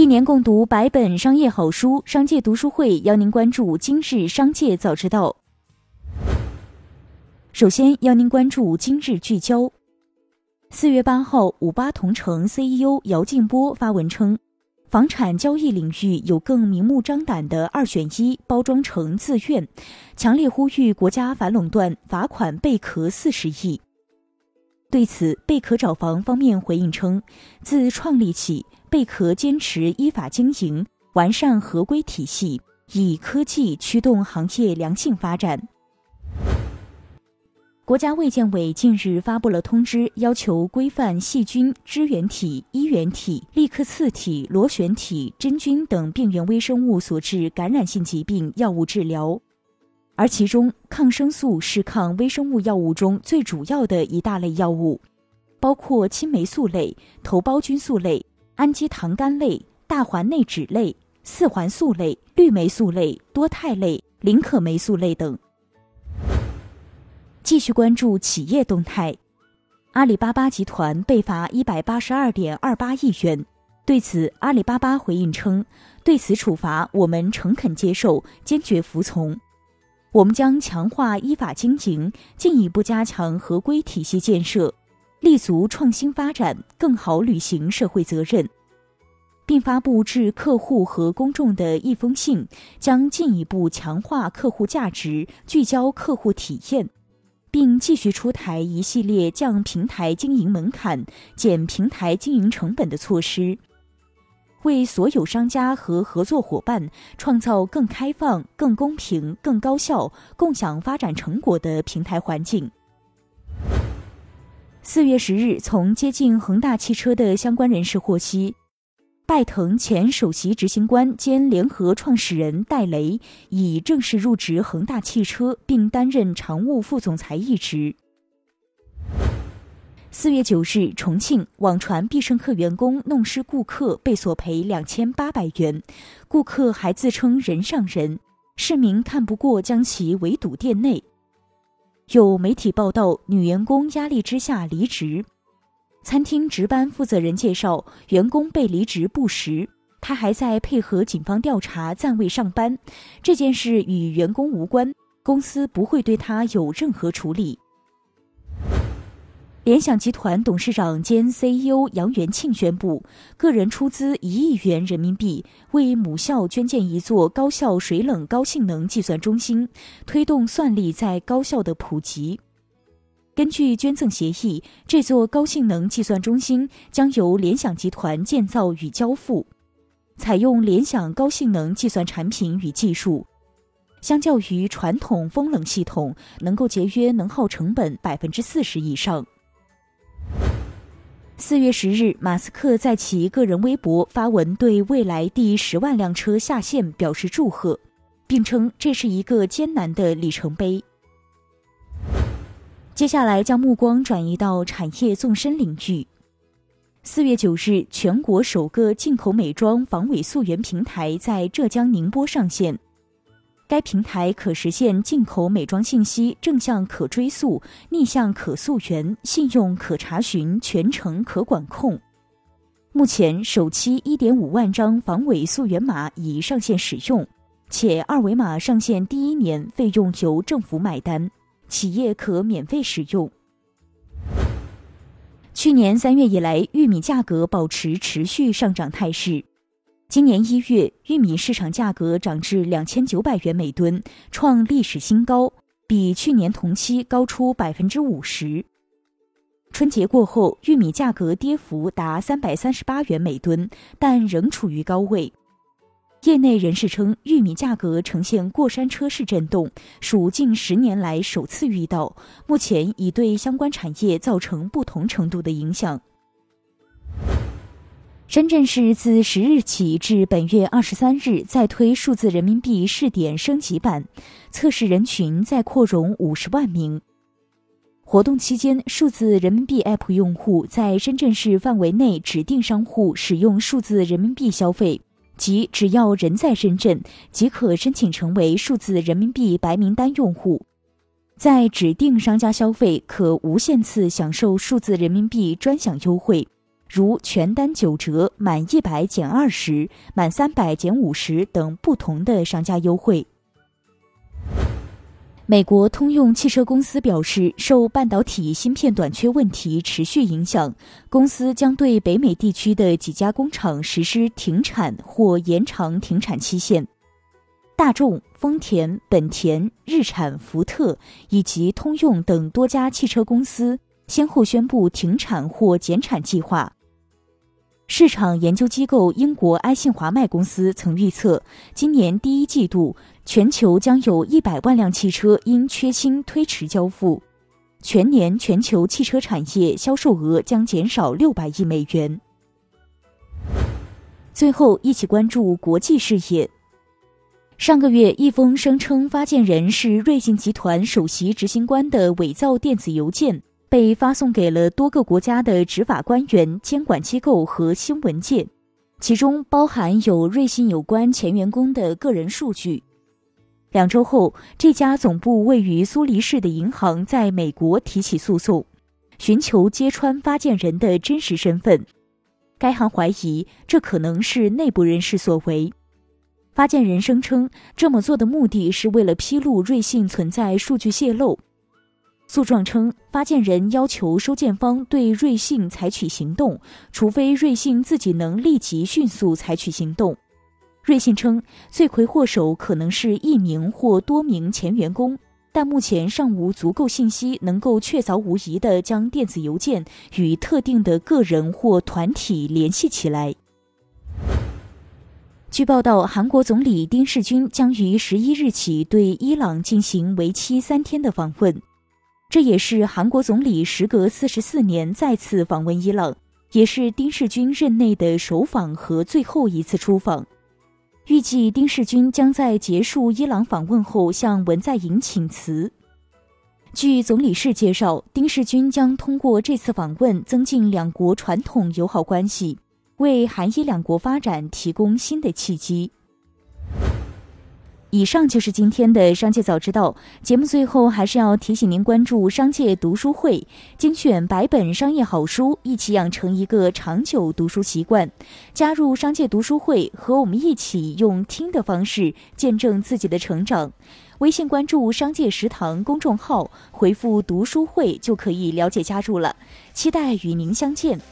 一年共读100本商业好书，商界读书会邀您关注今日商界早知道。首先邀您关注今日聚焦。4月8号，58同城 CEO 姚劲波发文称，房产交易领域有更明目张胆的2选1包装成自愿，强烈呼吁国家反垄断，罚款贝壳40亿。对此，贝壳找房方面回应称，自创立起，贝壳坚持依法经营，完善合规体系，以科技驱动行业良性发展。国家卫健委近日发布了通知，要求规范细菌、支原体、衣原体、利克次体、螺旋体、真菌等病原微生物所致感染性疾病药物治疗，而其中抗生素是抗微生物药物中最主要的一大类药物，包括青霉素类、头孢菌素类、氨基糖苷类、大环内酯类、四环素类、氯霉素类、多肽类、林可霉素类等。继续关注企业动态，阿里巴巴集团被罚182.28亿元。对此，阿里巴巴回应称，对此处罚我们诚恳接受，坚决服从。我们将强化依法经营，进一步加强合规体系建设，立足创新发展，更好履行社会责任，并发布致客户和公众的一封信，将进一步强化客户价值，聚焦客户体验，并继续出台一系列降平台经营门槛、减平台经营成本的措施，为所有商家和合作伙伴创造更开放、更公平、更高效、共享发展成果的平台环境。4月10日，从接近恒大汽车的相关人士获悉，拜腾前首席执行官兼联合创始人戴雷已正式入职恒大汽车，并担任常务副总裁一职。4月9日，重庆网传必胜客员工弄湿顾客被索赔2800元，顾客还自称人上人，市民看不过将其围堵店内。有媒体报道，女员工压力之下离职。餐厅值班负责人介绍，员工被离职不实，他还在配合警方调查，暂未上班。这件事与员工无关，公司不会对他有任何处理。联想集团董事长兼 CEO 杨元庆宣布，个人出资1亿元人民币，为母校捐建一座高校水冷高性能计算中心，推动算力在高校的普及。根据捐赠协议，这座高性能计算中心将由联想集团建造与交付，采用联想高性能计算产品与技术，相较于传统风冷系统，能够节约能耗成本40%以上。4月10日，马斯克在其个人微博发文对未来第10万辆车下线表示祝贺，并称这是一个艰难的里程碑。接下来将目光转移到产业纵深领域。4月9日，全国首个进口美妆防伪溯源平台在浙江宁波上线。该平台可实现进口美妆信息正向可追溯、逆向可溯源、信用可查询、全程可管控。目前，首期1.5万张防伪溯源码已上线使用，且二维码上线第1年费用由政府买单，企业可免费使用。去年3月以来，玉米价格保持持续上涨态势。今年1月，玉米市场价格涨至2900元每吨，创历史新高，比去年同期高出50%。春节过后，玉米价格跌幅达338元每吨，但仍处于高位。业内人士称，玉米价格呈现过山车式震动，属近10年来首次遇到，目前已对相关产业造成不同程度的影响。深圳市自10日起至本月23日再推数字人民币试点升级版，测试人群再扩容50万名。活动期间，数字人民币 App 用户在深圳市范围内指定商户使用数字人民币消费，即只要人在深圳，即可申请成为数字人民币白名单用户。在指定商家消费，可无限次享受数字人民币专享优惠。 如全单9折、满100减20、满300减50等不同的商家优惠。美国通用汽车公司表示，受半导体芯片短缺问题持续影响，公司将对北美地区的几家工厂实施停产或延长停产期限。大众、丰田、本田、日产、福特以及通用等多家汽车公司先后宣布停产或减产计划。市场研究机构英国埃信华迈公司曾预测，今年第一季度全球将有100万辆汽车因缺芯推迟交付，全年全球汽车产业销售额将减少600亿美元。最后，一起关注国际视野。上个月，一封声称发件人是瑞信集团首席执行官的伪造电子邮件被发送给了多个国家的执法官员、监管机构和新闻界，其中包含有瑞信有关前员工的个人数据。2周后，这家总部位于苏黎世的银行在美国提起诉讼，寻求揭穿发件人的真实身份。该行怀疑这可能是内部人士所为。发件人声称，这么做的目的是为了披露瑞信存在数据泄露。诉状称，发件人要求收件方对瑞信采取行动，除非瑞信自己能立即迅速采取行动。瑞信称，罪魁祸首可能是1名或多名前员工，但目前尚无足够信息能够确凿无疑地将电子邮件与特定的个人或团体联系起来。据报道，韩国总理丁世均将于11日起对伊朗进行为期3天的访问。这也是韩国总理时隔44年再次访问伊朗，也是丁世均任内的首访和最后一次出访。预计丁世均将在结束伊朗访问后向文在寅请辞。据总理室介绍，丁世均将通过这次访问增进两国传统友好关系，为韩伊两国发展提供新的契机。以上就是今天的商界早知道，节目最后还是要提醒您关注商界读书会，精选100本商业好书，一起养成一个长久读书习惯。加入商界读书会，和我们一起用听的方式见证自己的成长。微信关注商界食堂公众号，回复读书会就可以了解加入了，期待与您相见。